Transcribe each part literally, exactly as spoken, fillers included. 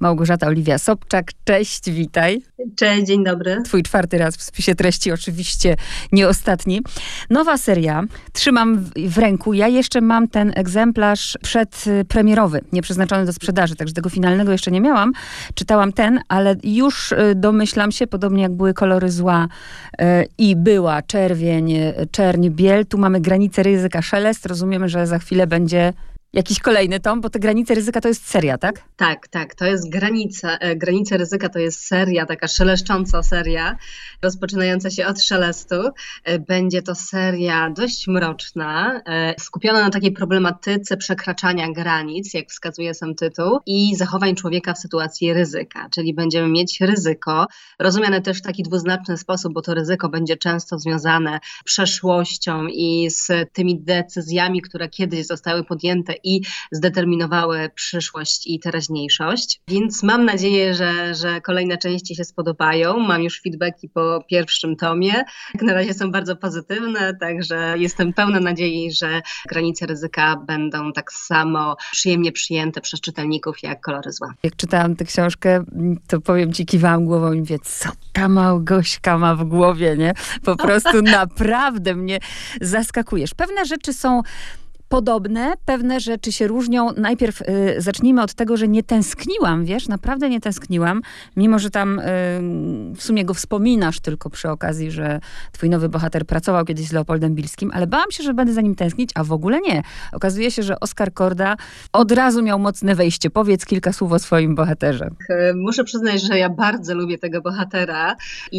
Małgorzata Oliwia Sobczak. Cześć, witaj. Cześć, dzień dobry. Twój czwarty raz w spisie treści, oczywiście nie ostatni. Nowa seria, trzymam w, w ręku. Ja jeszcze mam ten egzemplarz przedpremierowy, nieprzeznaczony do sprzedaży, także tego finalnego jeszcze nie miałam. Czytałam ten, ale już domyślam się, podobnie jak były Kolory zła yy, i była Czerwień, Czerń, Biel. Tu mamy Granice ryzyka, Szelest. Rozumiemy, że za chwilę będzie jakiś kolejny tom, bo te Granice ryzyka to jest seria, tak? Tak, tak, to jest Granica. Granice ryzyka to jest seria, taka szeleszcząca seria, rozpoczynająca się od szelestu. Będzie to seria dość mroczna, skupiona na takiej problematyce przekraczania granic, jak wskazuje sam tytuł, i zachowań człowieka w sytuacji ryzyka, czyli będziemy mieć ryzyko, rozumiane też w taki dwuznaczny sposób, bo to ryzyko będzie często związane z przeszłością i z tymi decyzjami, które kiedyś zostały podjęte i zdeterminowały przyszłość i teraźniejszość. Więc mam nadzieję, że, że kolejne części się spodobają. Mam już feedbacki po pierwszym tomie. Na razie są bardzo pozytywne, także jestem pełna nadziei, że Granice ryzyka będą tak samo przyjemnie przyjęte przez czytelników jak Kolory zła. Jak czytałam tę książkę, to powiem ci, kiwałam głową i mówię, co ta Małgośka ma w głowie, nie? Po prostu naprawdę mnie zaskakujesz. Pewne rzeczy są podobne, pewne rzeczy się różnią. Najpierw y, zacznijmy od tego, że nie tęskniłam, wiesz, naprawdę nie tęskniłam, mimo że tam y, w sumie go wspominasz tylko przy okazji, że twój nowy bohater pracował kiedyś z Leopoldem Bilskim, ale bałam się, że będę za nim tęsknić, a w ogóle nie. Okazuje się, że Oskar Korda od razu miał mocne wejście. Powiedz kilka słów o swoim bohaterze. Muszę przyznać, że ja bardzo lubię tego bohatera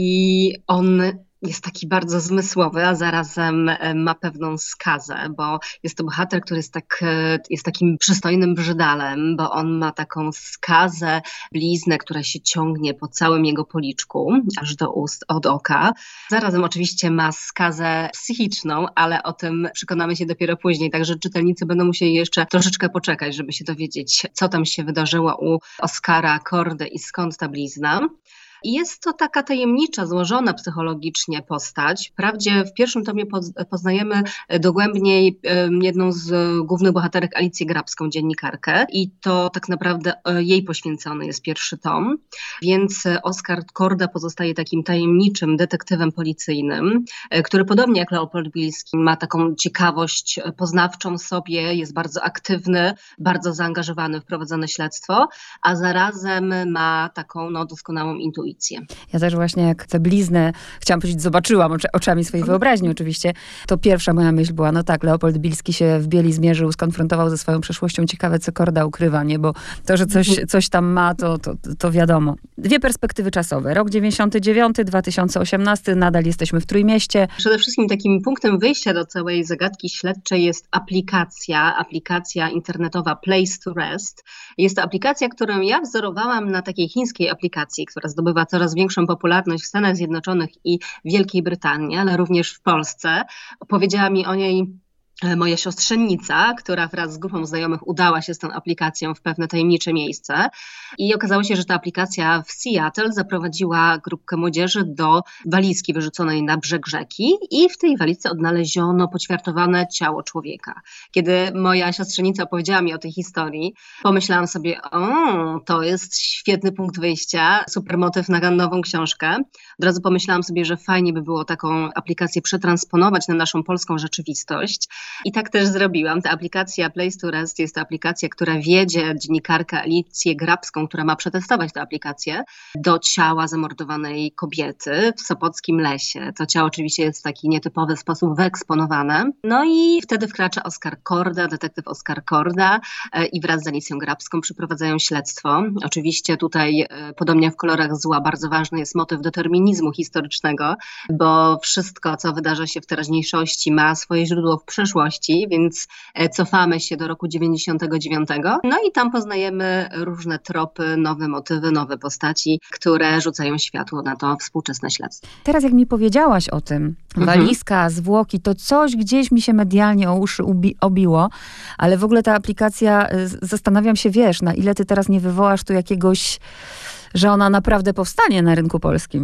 i on jest taki bardzo zmysłowy, a zarazem ma pewną skazę, bo jest to bohater, który jest, tak, jest takim przystojnym brzydalem, bo on ma taką skazę, bliznę, która się ciągnie po całym jego policzku, aż do ust, od oka. Zarazem oczywiście ma skazę psychiczną, ale o tym przekonamy się dopiero później, także czytelnicy będą musieli jeszcze troszeczkę poczekać, żeby się dowiedzieć, co tam się wydarzyło u Oskara Kordy i skąd ta blizna. I jest to taka tajemnicza, złożona psychologicznie postać. Wprawdzie w pierwszym tomie poznajemy dogłębniej jedną z głównych bohaterek, Alicję Grabską, dziennikarkę, i to tak naprawdę jej poświęcony jest pierwszy tom. Więc Oskar Korda pozostaje takim tajemniczym detektywem policyjnym, który podobnie jak Leopold Bilski ma taką ciekawość poznawczą sobie, jest bardzo aktywny, bardzo zaangażowany w prowadzone śledztwo, a zarazem ma taką no, doskonałą intuicję. Ja też właśnie jak tę bliznę, chciałam powiedzieć, zobaczyłam oczy, oczami swojej wyobraźni oczywiście, to pierwsza moja myśl była, no tak, Leopold Bilski się w bieli zmierzył, skonfrontował ze swoją przeszłością. Ciekawe, co Korda ukrywa, nie? Bo to, że coś, coś tam ma, to, to, to wiadomo. Dwie perspektywy czasowe. Rok dziewięćdziesiąty dziewiąty, dwa tysiące osiemnasty, nadal jesteśmy w Trójmieście. Przede wszystkim takim punktem wyjścia do całej zagadki śledczej jest aplikacja, aplikacja internetowa Place to Rest. Jest to aplikacja, którą ja wzorowałam na takiej chińskiej aplikacji, która zdobywa coraz większą popularność w Stanach Zjednoczonych i Wielkiej Brytanii, ale również w Polsce. Opowiedziała mi o niej moja siostrzenica, która wraz z grupą znajomych udała się z tą aplikacją w pewne tajemnicze miejsce i okazało się, że ta aplikacja w Seattle zaprowadziła grupkę młodzieży do walizki wyrzuconej na brzeg rzeki i w tej walizce odnaleziono poćwiartowane ciało człowieka. Kiedy moja siostrzenica opowiedziała mi o tej historii, pomyślałam sobie, o, to jest świetny punkt wyjścia, super motyw na nową książkę. Od razu pomyślałam sobie, że fajnie by było taką aplikację przetransponować na naszą polską rzeczywistość. I tak też zrobiłam. Ta aplikacja Place to Rest jest to aplikacja, która wiedzie dziennikarkę Alicję Grabską, która ma przetestować tę aplikację, do ciała zamordowanej kobiety w sopockim lesie. To ciało oczywiście jest w taki nietypowy sposób wyeksponowane. No i wtedy wkracza Oskar Korda, detektyw Oskar Korda i wraz z Alicją Grabską przeprowadzają śledztwo. Oczywiście tutaj, podobnie jak w Kolorach zła, bardzo ważny jest motyw determinizmu historycznego, bo wszystko, co wydarza się w teraźniejszości, ma swoje źródło w przeszłości, więc cofamy się do roku dziewięćdziesiątego dziewiątego. No i tam poznajemy różne tropy, nowe motywy, nowe postaci, które rzucają światło na to współczesne śledztwo. Teraz jak mi powiedziałaś o tym, walizka, mhm. zwłoki, to coś gdzieś mi się medialnie o uszy ubi- obiło, ale w ogóle ta aplikacja, zastanawiam się, wiesz, na ile ty teraz nie wywołasz tu jakiegoś, że ona naprawdę powstanie na rynku polskim.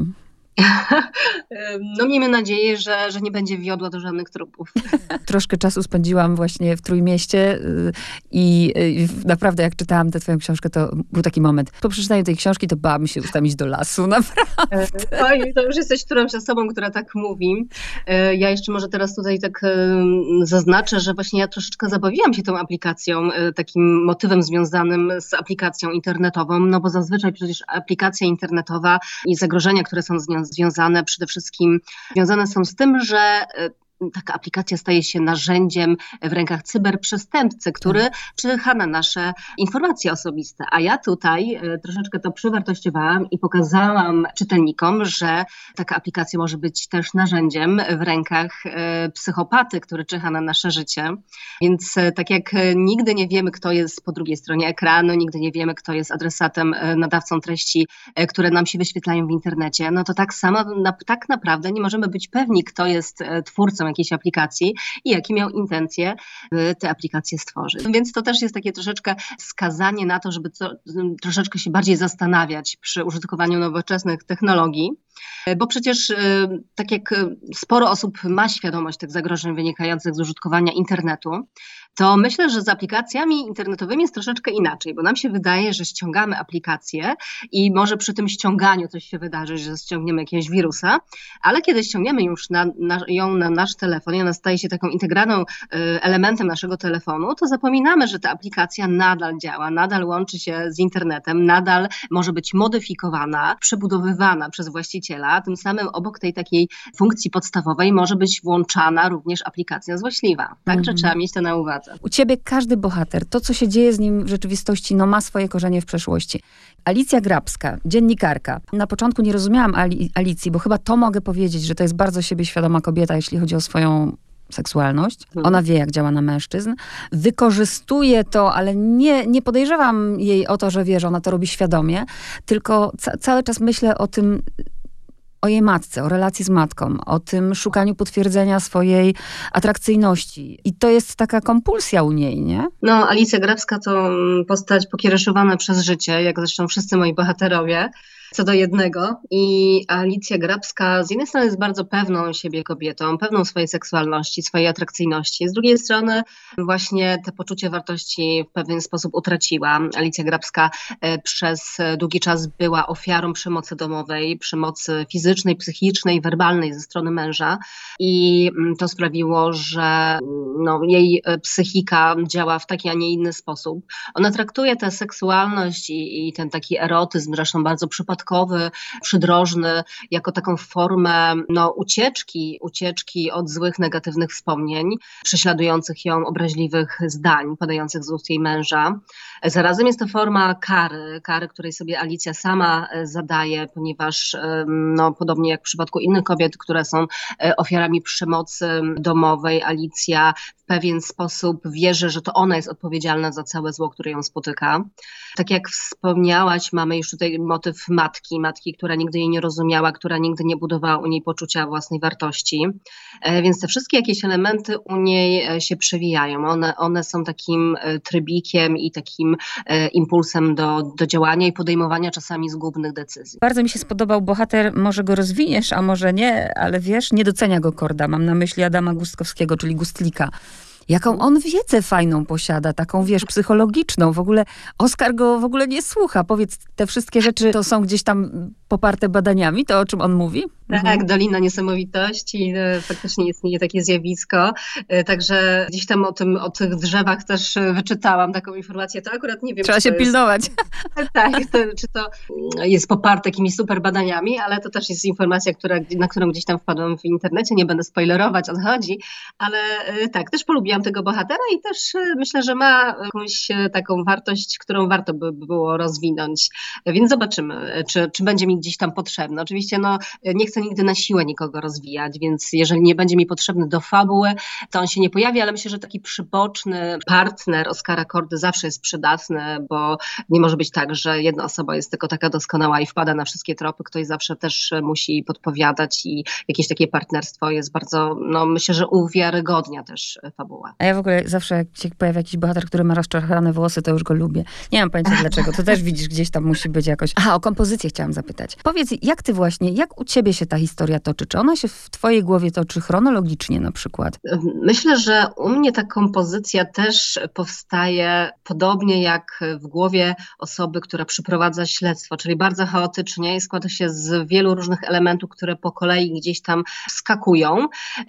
No miejmy nadzieję, że, że nie będzie wiodła do żadnych trupów. Troszkę czasu spędziłam właśnie w Trójmieście i naprawdę jak czytałam tę twoją książkę, to był taki moment. Po przeczytaniu tej książki to bałam się już tam iść do lasu, naprawdę. Oj, to już jesteś którąś osobą, która tak mówi. Ja jeszcze może teraz tutaj tak zaznaczę, że właśnie ja troszeczkę zabawiłam się tą aplikacją, takim motywem związanym z aplikacją internetową, no bo zazwyczaj przecież aplikacja internetowa i zagrożenia, które są z nią związane, przede wszystkim związane są z tym, że taka aplikacja staje się narzędziem w rękach cyberprzestępcy, który czyha na nasze informacje osobiste. A ja tutaj troszeczkę to przywartościowałam i pokazałam czytelnikom, że taka aplikacja może być też narzędziem w rękach psychopaty, który czyha na nasze życie. Więc tak jak nigdy nie wiemy, kto jest po drugiej stronie ekranu, nigdy nie wiemy, kto jest adresatem, nadawcą treści, które nam się wyświetlają w internecie, no to tak samo, tak naprawdę nie możemy być pewni, kto jest twórcą jakiejś aplikacji i jakie miał intencje te aplikacje stworzyć. Więc to też jest takie troszeczkę skazanie na to, żeby to, troszeczkę się bardziej zastanawiać przy użytkowaniu nowoczesnych technologii, bo przecież tak jak sporo osób ma świadomość tych zagrożeń wynikających z użytkowania internetu, to myślę, że z aplikacjami internetowymi jest troszeczkę inaczej, bo nam się wydaje, że ściągamy aplikację i może przy tym ściąganiu coś się wydarzy, że ściągniemy jakiegoś wirusa, ale kiedy ściągniemy już na, na, ją na nasz telefon i ona staje się taką integralną y, elementem naszego telefonu, to zapominamy, że ta aplikacja nadal działa, nadal łączy się z internetem, nadal może być modyfikowana, przebudowywana przez właściciela, tym samym obok tej takiej funkcji podstawowej może być włączana również aplikacja złośliwa. Także mm. trzeba mieć to na uwadze. U ciebie każdy bohater, to co się dzieje z nim w rzeczywistości, no ma swoje korzenie w przeszłości. Alicja Grabska, dziennikarka. Na początku nie rozumiałam Ali- Alicji, bo chyba to mogę powiedzieć, że to jest bardzo siebie świadoma kobieta, jeśli chodzi o swoją seksualność. Ona wie, jak działa na mężczyzn. Wykorzystuje to, ale nie, nie podejrzewam jej o to, że wie, że ona to robi świadomie, tylko ca- cały czas myślę o tym, o jej matce, o relacji z matką, o tym szukaniu potwierdzenia swojej atrakcyjności. I to jest taka kompulsja u niej, nie? No, Alicja Grabska to postać pokiereszowana przez życie, jak zresztą wszyscy moi bohaterowie, co do jednego. I Alicja Grabska z jednej strony jest bardzo pewną siebie kobietą, pewną swojej seksualności, swojej atrakcyjności. Z drugiej strony właśnie te poczucie wartości w pewien sposób utraciła. Alicja Grabska przez długi czas była ofiarą przemocy domowej, przemocy fizycznej, psychicznej, werbalnej ze strony męża. I to sprawiło, że no, jej psychika działa w taki, a nie inny sposób. Ona traktuje tę seksualność i, i ten taki erotyzm, zresztą bardzo przypadkowy, przydrożny, jako taką formę no, ucieczki, ucieczki od złych, negatywnych wspomnień, prześladujących ją obraźliwych zdań padających z ust jej męża. Zarazem jest to forma kary, kary, której sobie Alicja sama zadaje, ponieważ no, podobnie jak w przypadku innych kobiet, które są ofiarami przemocy domowej, Alicja w pewien sposób wierzy, że to ona jest odpowiedzialna za całe zło, które ją spotyka. Tak jak wspomniałaś, mamy już tutaj motyw matki, matki, która nigdy jej nie rozumiała, która nigdy nie budowała u niej poczucia własnej wartości. Więc te wszystkie jakieś elementy u niej się przewijają. One, one są takim trybikiem i takim impulsem do, do działania i podejmowania czasami zgubnych decyzji. Bardzo mi się spodobał bohater, może go rozwiniesz, a może nie, ale wiesz, nie docenia go Korda. Mam na myśli Adama Gustkowskiego, czyli Gustlika. Jaką on wiedzę fajną posiada, taką, wiesz, psychologiczną. W ogóle Oskar go w ogóle nie słucha. Powiedz, te wszystkie rzeczy to są gdzieś tam poparte badaniami, to o czym on mówi? Tak, mhm. Dolina Niesamowitości, faktycznie istnieje takie zjawisko, także gdzieś tam o tym, o tych drzewach też wyczytałam taką informację, to akurat nie wiem. Trzeba się pilnować. Jest, tak, to, czy to jest poparte jakimiś super badaniami, ale to też jest informacja, która, na którą gdzieś tam wpadłam w internecie, nie będę spoilerować, o co chodzi, ale tak, też polubiłam tego bohatera i też myślę, że ma jakąś taką wartość, którą warto by było rozwinąć, więc zobaczymy, czy, czy będzie mi gdzieś tam potrzebny. Oczywiście no, nie chcę nigdy na siłę nikogo rozwijać, więc jeżeli nie będzie mi potrzebny do fabuły, to on się nie pojawi, ale myślę, że taki przyboczny partner Oskara Kordy zawsze jest przydatny, bo nie może być tak, że jedna osoba jest tylko taka doskonała i wpada na wszystkie tropy, ktoś zawsze też musi podpowiadać i jakieś takie partnerstwo jest bardzo, no myślę, że uwiarygodnia też fabułę. A ja w ogóle zawsze jak się pojawia jakiś bohater, który ma rozczarowane włosy, to już go lubię. Nie mam pojęcia dlaczego, to też widzisz, gdzieś tam musi być jakoś. Aha, o kompozycję chciałam zapytać. pisać. Powiedz, jak ty właśnie, jak u ciebie się ta historia toczy? Czy ona się w twojej głowie toczy chronologicznie na przykład? Myślę, że u mnie ta kompozycja też powstaje podobnie jak w głowie osoby, która przeprowadza śledztwo, czyli bardzo chaotycznie i składa się z wielu różnych elementów, które po kolei gdzieś tam skakują.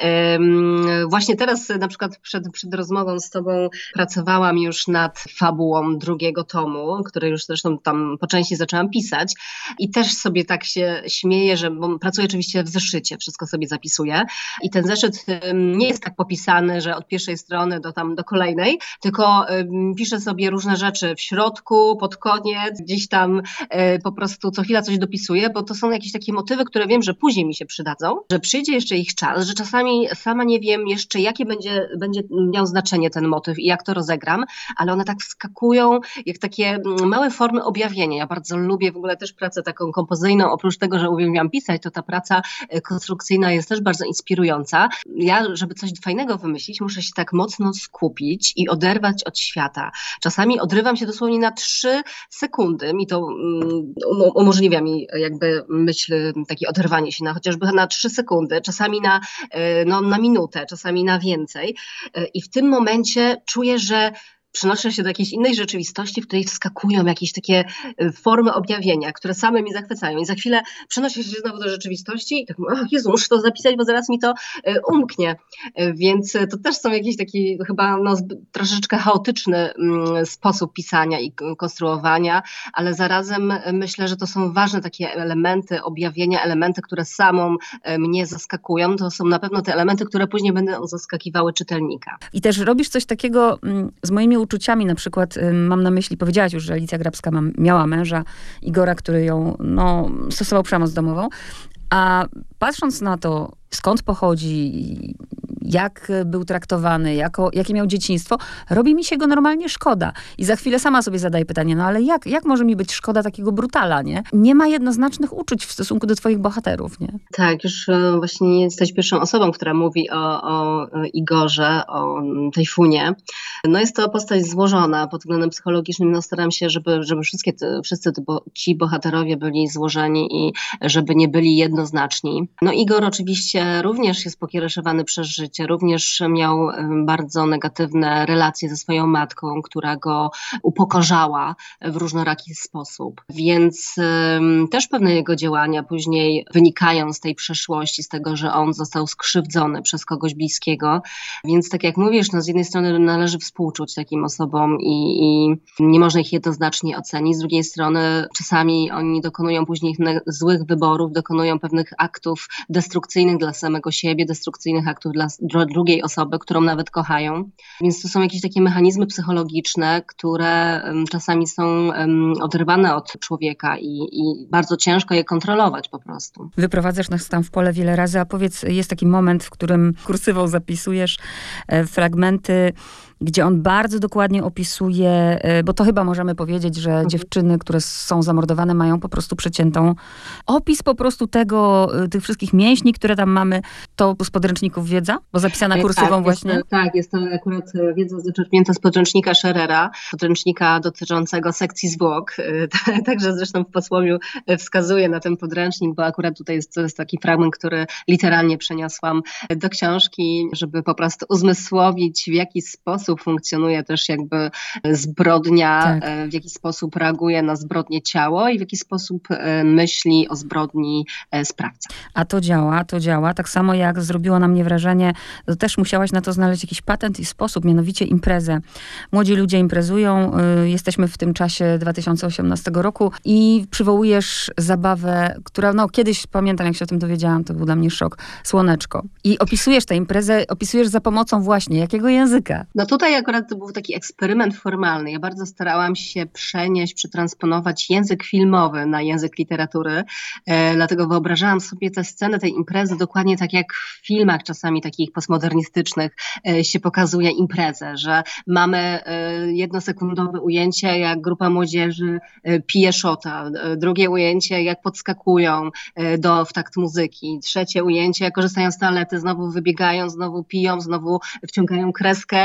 Właśnie teraz na przykład przed, przed rozmową z tobą pracowałam już nad fabułą drugiego tomu, który już zresztą tam po części zaczęłam pisać i też sobie tak się śmieję, że bo pracuję oczywiście w zeszycie, wszystko sobie zapisuję i ten zeszyt nie jest tak popisany, że od pierwszej strony do tam do kolejnej, tylko piszę sobie różne rzeczy w środku, pod koniec, gdzieś tam po prostu co chwila coś dopisuję, bo to są jakieś takie motywy, które wiem, że później mi się przydadzą, że przyjdzie jeszcze ich czas, że czasami sama nie wiem jeszcze jakie będzie, będzie miał znaczenie ten motyw i jak to rozegram, ale one tak wskakują jak takie małe formy objawienia. Ja bardzo lubię w ogóle też pracę taką kompozycyjną, oprócz tego, że uwielbiam pisać, to ta praca konstrukcyjna jest też bardzo inspirująca. Ja, żeby coś fajnego wymyślić, muszę się tak mocno skupić i oderwać od świata. Czasami odrywam się dosłownie na trzy sekundy i to um, umożliwia mi jakby myśl, takie oderwanie się na chociażby na trzy sekundy, czasami na, no, na minutę, czasami na więcej. I w tym momencie czuję, że przenoszę się do jakiejś innej rzeczywistości, w której wskakują jakieś takie formy objawienia, które same mi zachwycają. I za chwilę przenoszę się znowu do rzeczywistości i tak mówię, o Jezu, muszę to zapisać, bo zaraz mi to umknie. Więc to też są jakieś taki chyba no, troszeczkę chaotyczny sposób pisania i konstruowania, ale zarazem myślę, że to są ważne takie elementy objawienia, elementy, które samą mnie zaskakują. To są na pewno te elementy, które później będą zaskakiwały czytelnika. I też robisz coś takiego z moimi uczuciami, na przykład mam na myśli, powiedziałaś już, że Alicja Grabska ma, miała męża Igora, który ją no, stosował przemoc domową, a patrząc na to, skąd pochodzi, jak był traktowany, jako, jakie miał dzieciństwo, robi mi się go normalnie szkoda. I za chwilę sama sobie zadaję pytanie, no ale jak, jak może mi być szkoda takiego brutala, nie? Nie ma jednoznacznych uczuć w stosunku do twoich bohaterów, nie? Tak, już właśnie nie jesteś pierwszą osobą, która mówi o, o Igorze, o Tajfunie. No jest to postać złożona pod względem psychologicznym. No staram się, żeby, żeby wszystkie te, wszyscy te, bo, ci bohaterowie byli złożeni i żeby nie byli jednoznaczni. No Igor oczywiście również jest pokiereszowany przez życie, również miał bardzo negatywne relacje ze swoją matką, która go upokorzała w różnoraki sposób. Więc um, też pewne jego działania później wynikają z tej przeszłości, z tego, że on został skrzywdzony przez kogoś bliskiego. Więc tak jak mówisz, no z jednej strony należy współczuć takim osobom i, i nie można ich jednoznacznie ocenić. Z drugiej strony czasami oni dokonują później złych wyborów, dokonują pewnych aktów destrukcyjnych dla samego siebie, destrukcyjnych aktów dla drugiej osoby, którą nawet kochają. Więc to są jakieś takie mechanizmy psychologiczne, które um, czasami są um, oderwane od człowieka i, i bardzo ciężko je kontrolować po prostu. Wyprowadzasz nas tam w pole wiele razy, a powiedz, jest taki moment, w którym kursywą zapisujesz e, fragmenty, gdzie on bardzo dokładnie opisuje, bo to chyba możemy powiedzieć, że mhm. dziewczyny, które są zamordowane, mają po prostu przeciętą opis po prostu tego, tych wszystkich mięśni, które tam mamy. To z podręczników wiedza? Bo zapisana kursywą tak, właśnie? Jest to, tak, jest to akurat wiedza zaczerpnięta z podręcznika Scherera, podręcznika dotyczącego sekcji zwłok. Także zresztą w posłowiu wskazuje na ten podręcznik, bo akurat tutaj jest, to jest taki fragment, który literalnie przeniosłam do książki, żeby po prostu uzmysłowić, w jaki sposób funkcjonuje też jakby zbrodnia, tak. w jaki sposób reaguje na zbrodnię ciało i w jaki sposób myśli o zbrodni sprawca. A to działa, to działa. Tak samo jak zrobiło na mnie wrażenie, to też musiałaś na to znaleźć jakiś patent i sposób, mianowicie imprezę. Młodzi ludzie imprezują, jesteśmy w tym czasie dwa tysiące osiemnastego roku i przywołujesz zabawę, która, no kiedyś pamiętam, jak się o tym dowiedziałam, to był dla mnie szok, słoneczko. I opisujesz tę imprezę, opisujesz za pomocą właśnie jakiego języka? No tutaj akurat to był taki eksperyment formalny. Ja bardzo starałam się przenieść, przetransponować język filmowy na język literatury, e, dlatego wyobrażałam sobie tę scenę tej imprezy dokładnie tak jak w filmach czasami takich postmodernistycznych e, się pokazuje imprezę, że mamy e, jednosekundowe ujęcie, jak grupa młodzieży e, pije szota, e, drugie ujęcie, jak podskakują e, do, w takt muzyki, trzecie ujęcie, jak korzystają z toalety, znowu wybiegają, znowu piją, znowu wciągają kreskę i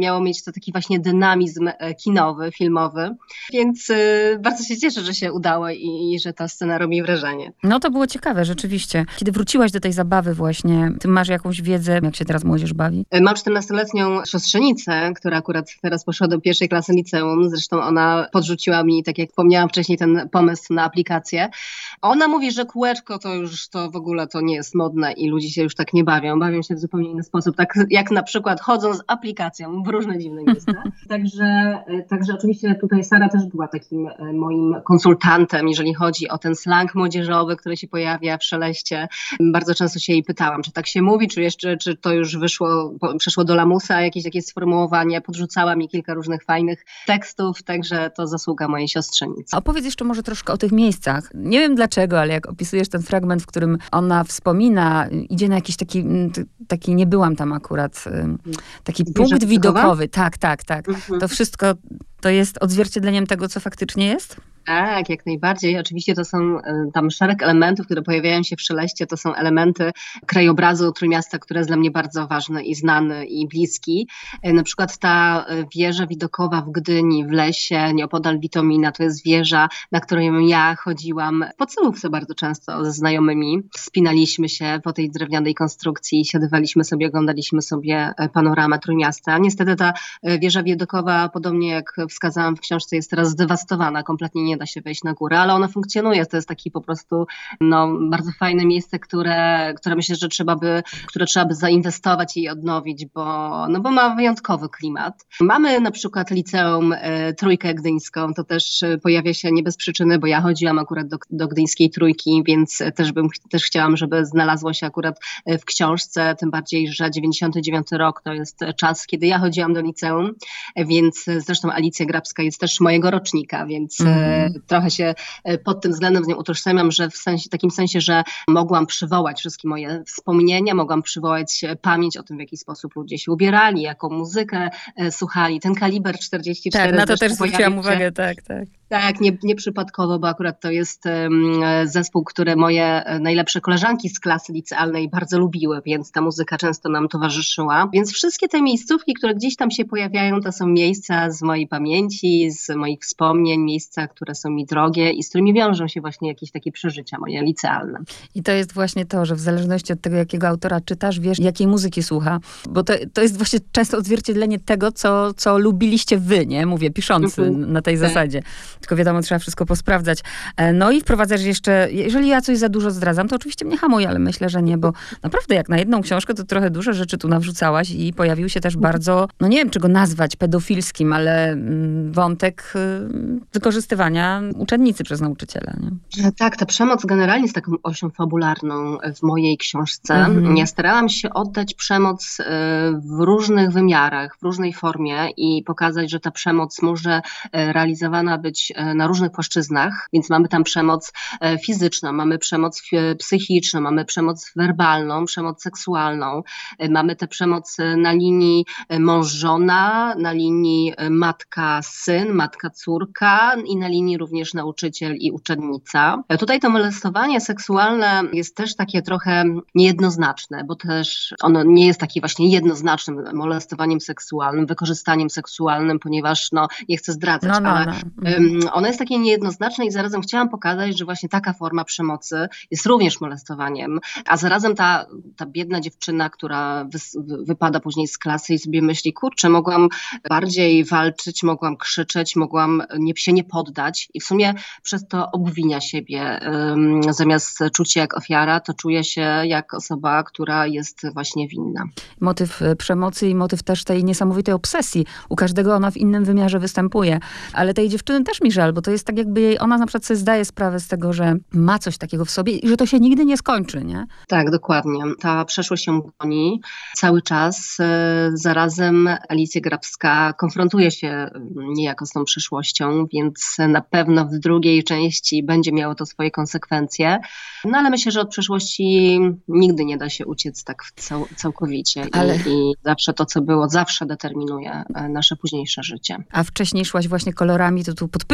miało mieć to taki właśnie dynamizm kinowy, filmowy, więc bardzo się cieszę, że się udało i, i że ta scena robi wrażenie. No to było ciekawe, rzeczywiście. Kiedy wróciłaś do tej zabawy właśnie, ty masz jakąś wiedzę, jak się teraz młodzież bawi? Mam czternastoletnią siostrzenicę, która akurat teraz poszła do pierwszej klasy liceum. Zresztą ona podrzuciła mi, tak jak wspomniałam wcześniej, ten pomysł na aplikację. Ona mówi, że kółeczko to już to w ogóle to nie jest modne i ludzie się już tak nie bawią. Bawią się w zupełnie inny sposób, tak jak na przykład chodzą z aplikacją w różne dziwne miejsca. Także, także oczywiście tutaj Sara też była takim moim konsultantem, jeżeli chodzi o ten slang młodzieżowy, który się pojawia w Szeleście. Bardzo często się jej pytałam, czy tak się mówi, czy jeszcze, czy to już wyszło, przeszło do lamusa, jakieś takie sformułowanie. Podrzucała mi kilka różnych fajnych tekstów, także to zasługa mojej siostrzenicy. Opowiedz jeszcze może troszkę o tych miejscach. Nie wiem dlaczego, ale jak opisujesz ten fragment, w którym ona wspomina, idzie na jakiś taki, taki nie byłam tam akurat, taki Wieża punkt widokowa? widokowy. Tak, tak, tak. Mhm. To wszystko to jest odzwierciedleniem tego, co faktycznie jest? Tak, jak najbardziej. Oczywiście to są tam szereg elementów, które pojawiają się w Szeleście. To są elementy krajobrazu Trójmiasta, który jest dla mnie bardzo ważny i znany i bliski. Na przykład ta wieża widokowa w Gdyni, w lesie, nieopodal Witomina. To jest wieża, na którą ja chodziłam w podstawówce bardzo często ze znajomymi. Wspinaliśmy się po tej drewnianej konstrukcji, siadywaliśmy sobie, oglądaliśmy sobie panoramę Trójmiasta. Niestety ta wieża widokowa, podobnie jak wskazałam w książce, jest teraz zdewastowana, kompletnie nie da się wejść na górę, ale ona funkcjonuje. To jest taki po prostu no, bardzo fajne miejsce, które, które myślę, że trzeba by, które trzeba by zainwestować i odnowić, bo, no, bo ma wyjątkowy klimat. Mamy na przykład liceum e, Trójkę Gdyńską, to też pojawia się nie bez przyczyny, bo ja chodziłam akurat do, do Gdyńskiej Trójki, więc też bym też chciałam, żeby znalazło się akurat w książce, tym bardziej, że dziewięćdziesiąty dziewiąty rok to jest czas, kiedy ja chodziłam do liceum, więc zresztą Alicja Grabska jest też mojego rocznika, więc mm. trochę się pod tym względem z nią utożsamiam, że w sensie, takim sensie, że mogłam przywołać wszystkie moje wspomnienia, mogłam przywołać pamięć o tym, w jaki sposób ludzie się ubierali, jaką muzykę słuchali. Ten kaliber czterdzieści cztery. Tak, na to też zwróciłam uwagę, tak, tak. Tak, nie, nieprzypadkowo, bo akurat to jest um, zespół, który moje najlepsze koleżanki z klasy licealnej bardzo lubiły, więc ta muzyka często nam towarzyszyła. Więc wszystkie te miejscówki, które gdzieś tam się pojawiają, to są miejsca z mojej pamięci, z moich wspomnień, miejsca, które są mi drogie i z którymi wiążą się właśnie jakieś takie przeżycia moje licealne. I to jest właśnie to, że w zależności od tego, jakiego autora czytasz, wiesz, jakiej muzyki słucha, bo to, to jest właśnie często odzwierciedlenie tego, co, co lubiliście wy, nie? Mówię, piszący mhm. na tej tak. zasadzie. Tylko wiadomo, trzeba wszystko posprawdzać. No i wprowadzasz jeszcze, jeżeli ja coś za dużo zdradzam, to oczywiście mnie hamuj, ale myślę, że nie, bo naprawdę jak na jedną książkę, to trochę dużo rzeczy tu nawrzucałaś i pojawił się też bardzo, no nie wiem, czy go nazwać pedofilskim, ale wątek wykorzystywania uczennicy przez nauczyciela. Nie? Tak, ta przemoc generalnie jest taką osią fabularną w mojej książce. Mhm. Ja starałam się oddać przemoc w różnych wymiarach, w różnej formie i pokazać, że ta przemoc może realizowana być na różnych płaszczyznach, więc mamy tam przemoc fizyczną, mamy przemoc psychiczną, mamy przemoc werbalną, przemoc seksualną, mamy tę przemoc na linii mąż-żona, na linii matka-syn, matka-córka i na linii również nauczyciel i uczennica. Tutaj to molestowanie seksualne jest też takie trochę niejednoznaczne, bo też ono nie jest takie właśnie jednoznacznym molestowaniem seksualnym, wykorzystaniem seksualnym, ponieważ no nie chcę zdradzać, no, no, ale no. ono jest takie niejednoznaczne i zarazem chciałam pokazać, że właśnie taka forma przemocy jest również molestowaniem, a zarazem ta, ta biedna dziewczyna, która wy, wypada później z klasy i sobie myśli, kurczę, mogłam bardziej walczyć, mogłam krzyczeć, mogłam nie, się nie poddać i w sumie przez to obwinia siebie. Um, zamiast czuć się jak ofiara, to czuje się jak osoba, która jest właśnie winna. Motyw przemocy i motyw też tej niesamowitej obsesji. U każdego ona w innym wymiarze występuje. Ale tej dziewczyny też mi żal, bo to jest tak jakby jej, ona na przykład sobie zdaje sprawę z tego, że ma coś takiego w sobie i że to się nigdy nie skończy, nie? Tak, dokładnie. Ta przeszłość się goni cały czas. Zarazem Alicja Grabska konfrontuje się niejako z tą przeszłością, więc na pewno w drugiej części będzie miało to swoje konsekwencje. No ale myślę, że od przeszłości nigdy nie da się uciec tak cał- całkowicie. Ale... I, I zawsze to, co było, zawsze determinuje nasze późniejsze życie. A wcześniej szłaś właśnie kolorami, to tu podpytam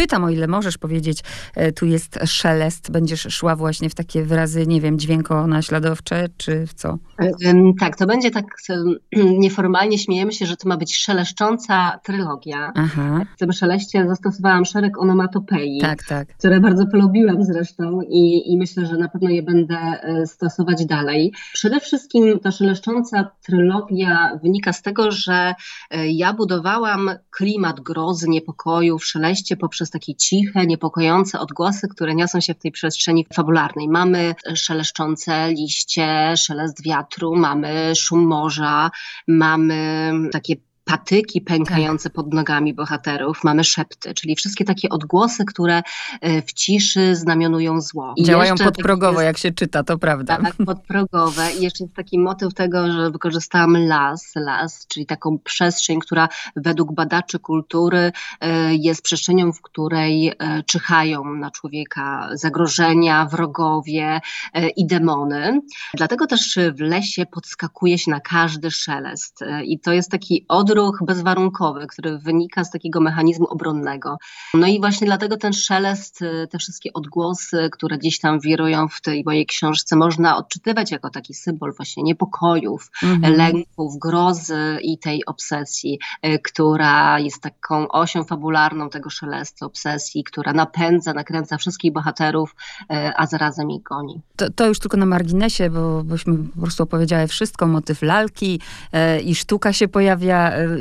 pytam, o ile możesz powiedzieć, tu jest szelest, będziesz szła właśnie w takie wyrazy, nie wiem, dźwiękonaśladowcze, czy w co? Tak, to będzie tak nieformalnie, śmiejemy się, że to ma być szeleszcząca trylogia. Aha. W tym szeleście zastosowałam szereg onomatopei, tak, tak. które bardzo polubiłam zresztą i, i myślę, że na pewno je będę stosować dalej. Przede wszystkim ta szeleszcząca trylogia wynika z tego, że ja budowałam klimat grozy, niepokoju w szeleście poprzez takie ciche, niepokojące odgłosy, które niosą się w tej przestrzeni fabularnej. Mamy szeleszczące liście, szelest wiatru, mamy szum morza, mamy takie patyki pękające tak. pod nogami bohaterów, mamy szepty, czyli wszystkie takie odgłosy, które w ciszy znamionują zło. I działają podprogowo, jest, jak się czyta, to prawda. Tak, podprogowe. I jeszcze jest taki motyw tego, że wykorzystałam las, las, czyli taką przestrzeń, która według badaczy kultury jest przestrzenią, w której czyhają na człowieka zagrożenia, wrogowie i demony. Dlatego też w lesie podskakuje się na każdy szelest. I to jest taki odruch bezwarunkowy, który wynika z takiego mechanizmu obronnego. No i właśnie dlatego ten szelest, te wszystkie odgłosy, które gdzieś tam wirują w tej mojej książce, można odczytywać jako taki symbol właśnie niepokojów, mhm. lęków, grozy i tej obsesji, która jest taką osią fabularną tego szelestu, obsesji, która napędza, nakręca wszystkich bohaterów, a zarazem ich goni. To, to już tylko na marginesie, bo bośmy po prostu opowiedziały wszystko, motyw lalki e, i sztuka się pojawia, e,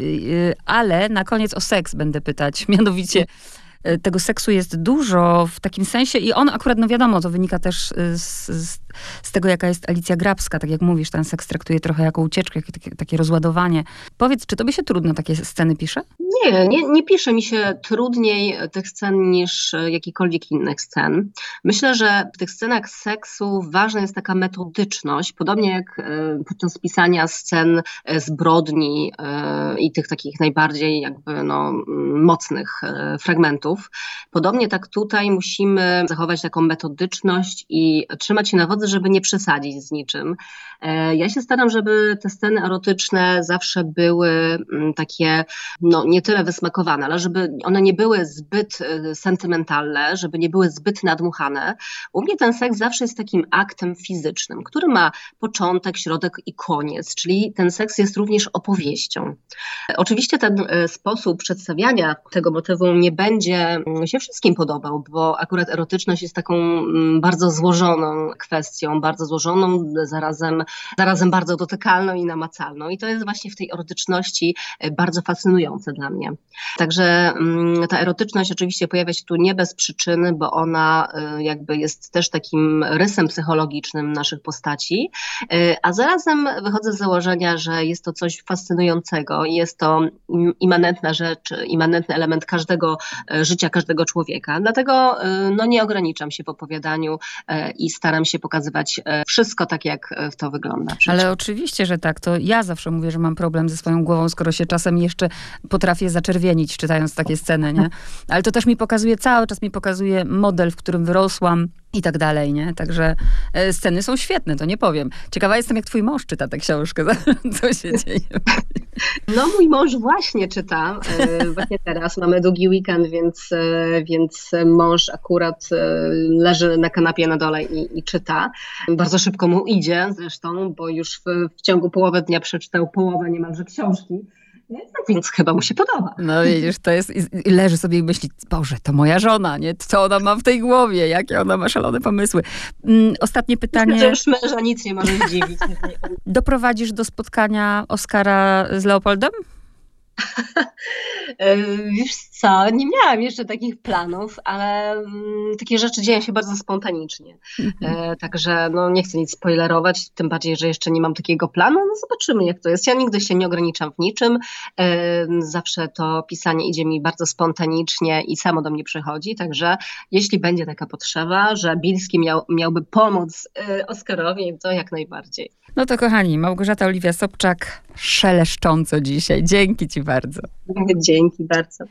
ale na koniec o seks będę pytać, mianowicie tego seksu jest dużo w takim sensie i on akurat, no wiadomo, to wynika też z, z, z tego, jaka jest Alicja Grabska. Tak jak mówisz, ten seks traktuje trochę jako ucieczkę, jak, takie, takie rozładowanie. Powiedz, czy tobie się trudno takie sceny pisze? Nie, nie, nie pisze mi się trudniej tych scen niż jakichkolwiek innych scen. Myślę, że w tych scenach seksu ważna jest taka metodyczność, podobnie jak podczas pisania scen zbrodni i tych takich najbardziej jakby no, mocnych fragmentów. Podobnie tak tutaj musimy zachować taką metodyczność i trzymać się na wodzy, żeby nie przesadzić z niczym. Ja się staram, żeby te sceny erotyczne zawsze były takie, no nie tyle wysmakowane, ale żeby one nie były zbyt sentymentalne, żeby nie były zbyt nadmuchane. U mnie ten seks zawsze jest takim aktem fizycznym, który ma początek, środek i koniec, czyli ten seks jest również opowieścią. Oczywiście ten sposób przedstawiania tego motywu nie będzie się wszystkim podobał, bo akurat erotyczność jest taką bardzo złożoną kwestią, bardzo złożoną, zarazem, zarazem bardzo dotykalną i namacalną. I to jest właśnie w tej erotyczności bardzo fascynujące dla mnie. Także ta erotyczność oczywiście pojawia się tu nie bez przyczyny, bo ona jakby jest też takim rysem psychologicznym naszych postaci, a zarazem wychodzę z założenia, że jest to coś fascynującego i jest to immanentna rzecz, immanentny element każdego życia każdego człowieka. Dlatego no, nie ograniczam się w opowiadaniu i staram się pokazywać wszystko tak, jak to wygląda. Przecież. Ale oczywiście, że tak. To ja zawsze mówię, że mam problem ze swoją głową, skoro się czasem jeszcze potrafię zaczerwienić, czytając takie sceny, nie? Ale to też mi pokazuje, cały czas mi pokazuje model, w którym wyrosłam i tak dalej, nie? Także e, sceny są świetne, to nie powiem. Ciekawa jestem, jak twój mąż czyta tę książkę, co się dzieje. No mój mąż właśnie czyta, e, właśnie teraz mamy długi weekend, więc, e, więc mąż akurat e, leży na kanapie na dole i, i czyta. Bardzo szybko mu idzie zresztą, bo już w, w ciągu połowy dnia przeczytał połowę niemalże książki. No więc chyba mu się podoba. No widzisz, to jest, i leży sobie i myśli, Boże, to moja żona, nie? Co ona ma w tej głowie? Jakie ona ma szalone pomysły? Mm, ostatnie pytanie. Myślę, że już męża nic nie może zdziwić. Doprowadzisz do spotkania Oskara z Leopoldem? Wiesz co, nie miałam jeszcze takich planów, ale um, takie rzeczy dzieją się bardzo spontanicznie. E, także no, nie chcę nic spoilerować, tym bardziej, że jeszcze nie mam takiego planu. No, zobaczymy, jak to jest. Ja nigdy się nie ograniczam w niczym. E, zawsze to pisanie idzie mi bardzo spontanicznie i samo do mnie przychodzi. Także jeśli będzie taka potrzeba, że Bilski miał, miałby pomóc e, Oskarowi, to jak najbardziej. No to kochani, Małgorzata Oliwia Sobczak, szeleszcząco dzisiaj. Dzięki ci bardzo. Dzięki bardzo.